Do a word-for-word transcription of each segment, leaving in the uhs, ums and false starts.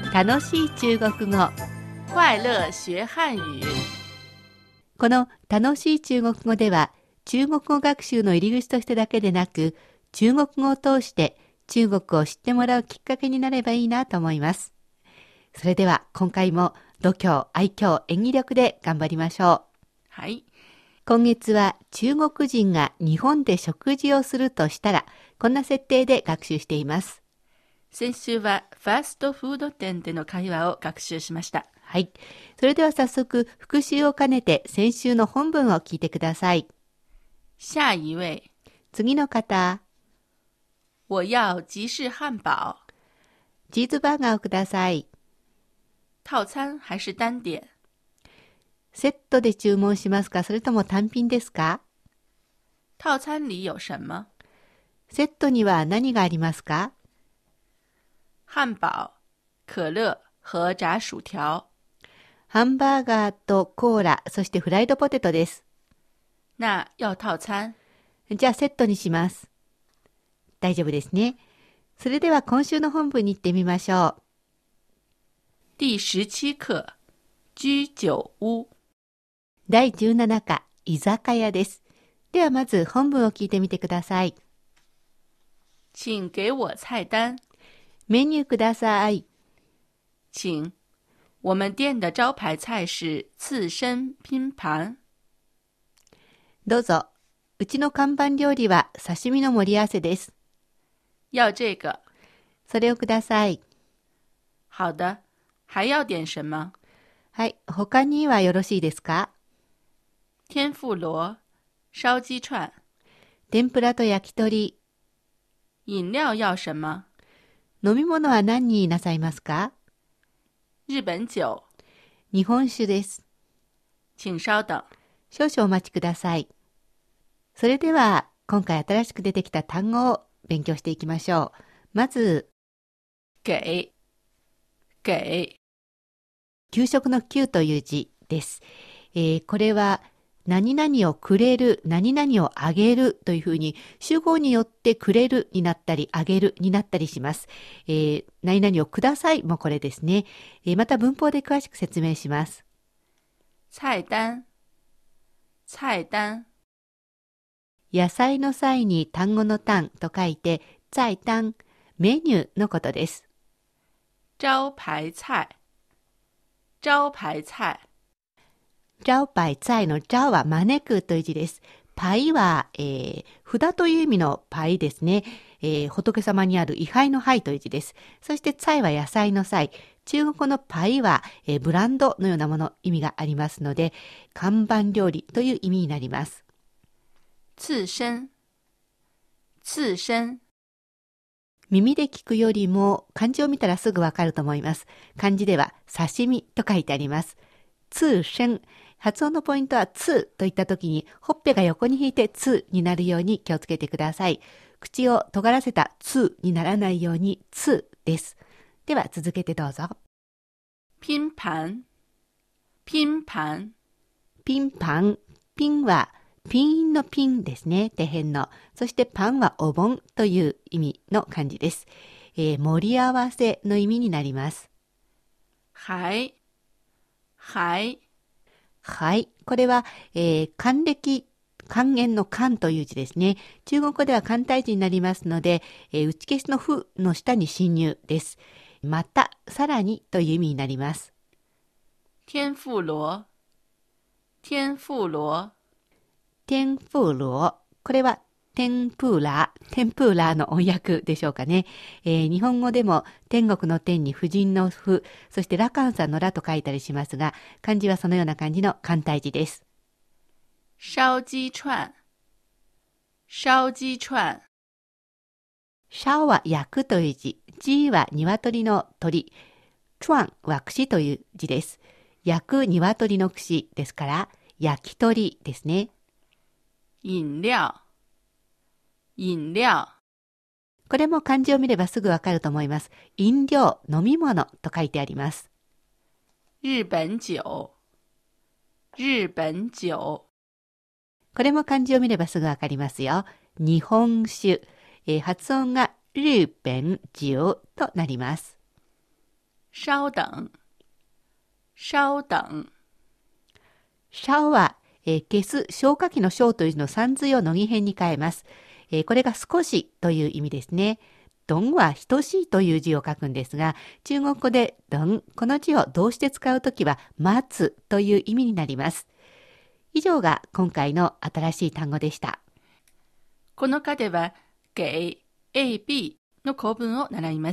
楽しい中国語。 快乐学汉语。 この楽しい中国語では、中国語学習の入り口としてだけでなく、中国語を通して中国を知ってもらうきっかけになればいいなと思います。それでは今回も度胸、愛嬌、演技力で頑張りましょう。 はい。 今月は中国人が日本で食事をするとしたら、こんな設定で学習しています。 先週はファーストフード店での会話を学習しました。 はい。それでは早速、復習を兼ねて先週の本文を聞いてください。 下一位。 次の方。 我要吉士漢堡。 チーズバーガーをください。 套餐还是单点？ セットで注文しますか、それとも単品ですか？ 套餐里有什么？ セットには何がありますか？ 汉堡、可乐和炸薯条。 ハンバーガーとコーラ、そしてフライドポテトです。 那要套餐。 じゃあセットにします。大丈夫ですね。それでは今週の本文に行ってみましょう。 第十七課、居酒屋。 だいじゅうなな課、居酒屋です。ではまず本文を聞いてみてください。 請給我菜單。 メニューください。 請。我們店的招牌菜是刺身拼盤。 どうぞ。うちの看板料理は刺身の盛り合わせです。 要這個。 それをください。 好的。還要點什麼？ はい。他にはよろしいですか？ 天婦羅、燒雞串。 天ぷらと焼き鳥。 飲料要什麼？ 飲み物は何になさいますか？ 日本酒。 日本酒です。 請稍等。 少々お待ちください。それでは、今回新しく出てきた単語を勉強していきましょう。まず、 給、給。 給食の給という字です。えー、これは、何々をくれる、何々をあげるというふうに、主語によってくれるになったり、あげるになったりします。えー、何々をくださいもこれですね。えー、また文法で詳しく説明します。 菜單、菜單。 野菜の際に単語の単と書いて、菜単、メニューのことです。 招牌菜、招牌菜。 招牌菜の招は招くという字です。パイは、えー、札という意味のパイですね。えー、仏様にある位牌の牌という字です。そして菜は野菜の菜。中国語のパイは、えー、ブランドのようなもの、意味がありますので、看板料理という意味になります。 刺身、刺身。 耳で聞くよりも漢字を見たらすぐわかると思います。漢字では刺身と書いてあります。刺身。発音のポイントはつといったときにほっぺが横に引いてつになるように気をつけてください。口を尖らせたつにならないようにつです。では続けてどうぞ。 拼盤、拼盤。 ピンパン。ピンはピンインのピンですね。底辺の。そしてパンはお盆という意味の漢字です。えー、盛り合わせの意味になります。 はい。はい。 はい。これは、えー、還暦、還元の還という字ですね。中国語では簡体字になりますので、えー、打ち消しのふの下に侵入です。また、さらにという意味になります。 天婦羅、天婦羅。 天婦羅。これは、天ぷら、天ぷらの音訳でしょうかね。えー、日本語でも天国の天に婦人の婦、そして羅漢さんの羅と書いたりしますが、漢字はそのような感じの簡体字です。 燒雞串、燒雞串。 燒は焼くという字、雞は鶏の鳥、串は串という字です。焼く鶏の串ですから、焼き鳥ですね。 飲料、飲料。 これも漢字を見ればすぐわかると思います。飲料、飲み物と書いてあります。 日本酒、日本酒。 これも漢字を見ればすぐわかりますよ。日本酒、えー、発音が日本酒となります。 稍等。稍等。 稍は、えー消す、消火器の消という字のさんずいを乃木編に変えます。えーこれが少しという意味ですね。どんは等しいという字を書くんですが、中国語でどん、この字を動詞で使うときは待つという意味になります。以上が今回の新しい単語でした。 この課では、给 A、B の構文を習います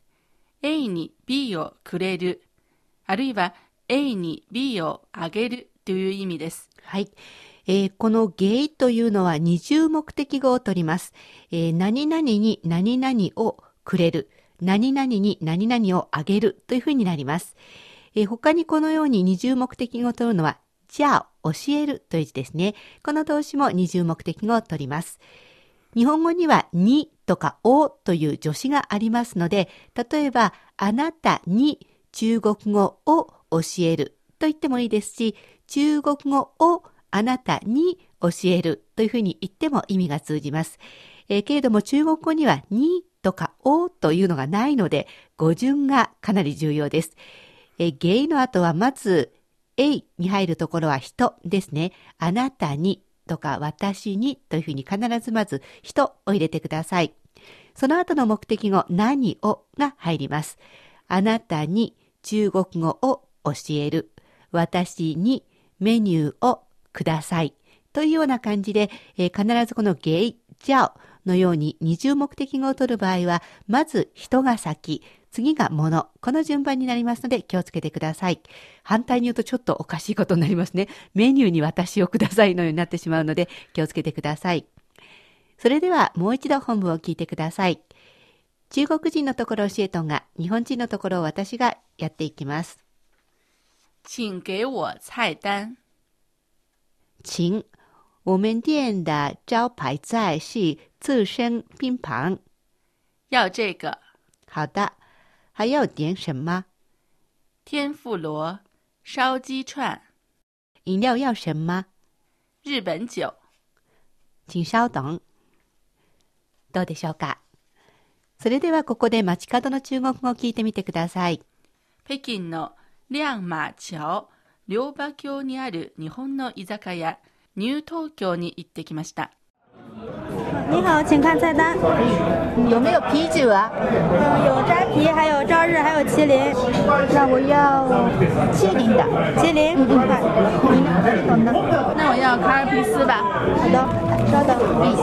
。A に B をくれる、あるいは A に B をあげるという意味です。 はい。えーこのゲイというのは二重目的語を取ります。えー何々に何々をくれる、何々に何々をあげるというふうになります。えー他にこのように二重目的語を取るのは、じゃあ教えるという字ですね。この動詞も二重目的語を取ります。日本語にはにとかおという助詞がありますので、例えばあなたに中国語を教えると言ってもいいですし、中国語をあなたに教えるというふうに言っても意味が通じます。えーけれども中国語にはにとかおというのがないので、語順がかなり重要です。えー、ゲイの後はまず、えいに入るところは人ですね。あなたにとか私にというふうに必ずまず人を入れてください。その後の目的語何をが入ります。あなたに中国語を教える。私にメニューをください。というような感じで、えー必ずこのゲイ、ジャオのように二重目的語を取る場合は、まず人が先、次が物、この順番になりますので気をつけてください。反対に言うとちょっとおかしいことになりますね。メニューに私をくださいのようになってしまうので気をつけてください。それではもう一度本文を聞いてください。中国人のところを教えとんが、日本人のところを私がやっていきます。 请给我菜单。 请，我们店的招牌菜是刺身拼盘。 要这个。 好的，还要点什么？ 天妇罗、烧鸡串、 饮料要什么？ 日本酒。 请稍等。どうでしょうか。それではここで街角の中国語を聞いてみてください。 北京の亮馬橋、両馬橋にある日本の居酒屋、ニュー東京に行ってきました。 你好，请看菜单。 有没有啤酒啊？ 有扎啤，还有朝日，还有麒麟。 那我要麒麟的。 麒麟，嗯嗯，好的。 那我要卡尔皮斯吧。 好的，稍等。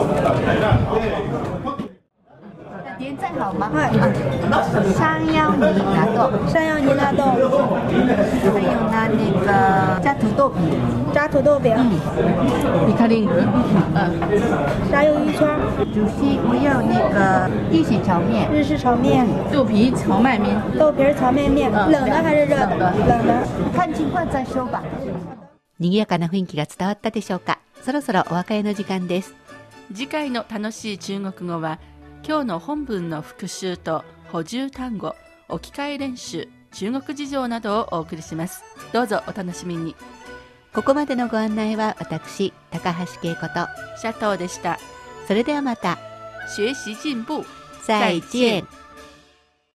点菜好吗？ はい。 山药泥拿豆， 山药泥纳豆， 还有呢那个加土豆饼。 炸土豆饼， 米克林格。 嗯，炸鱿鱼圈， 主席我要那个日式炒面。 日式炒面， 豆皮荞麦面。 豆皮炒面面，冷的还是热的？冷的。 看情况再说吧。賑やかな雰囲気が伝わったでしょうか。そろそろお別れの時間です。 次回の楽しい中国語は、今日の本文の復習と補充単語、置き換え練習、中国事情などをお送りします。どうぞお楽しみに。 ここまでのご案内は私、高橋恵子とシャトーでした。 それではまた。 学習進步。 再見。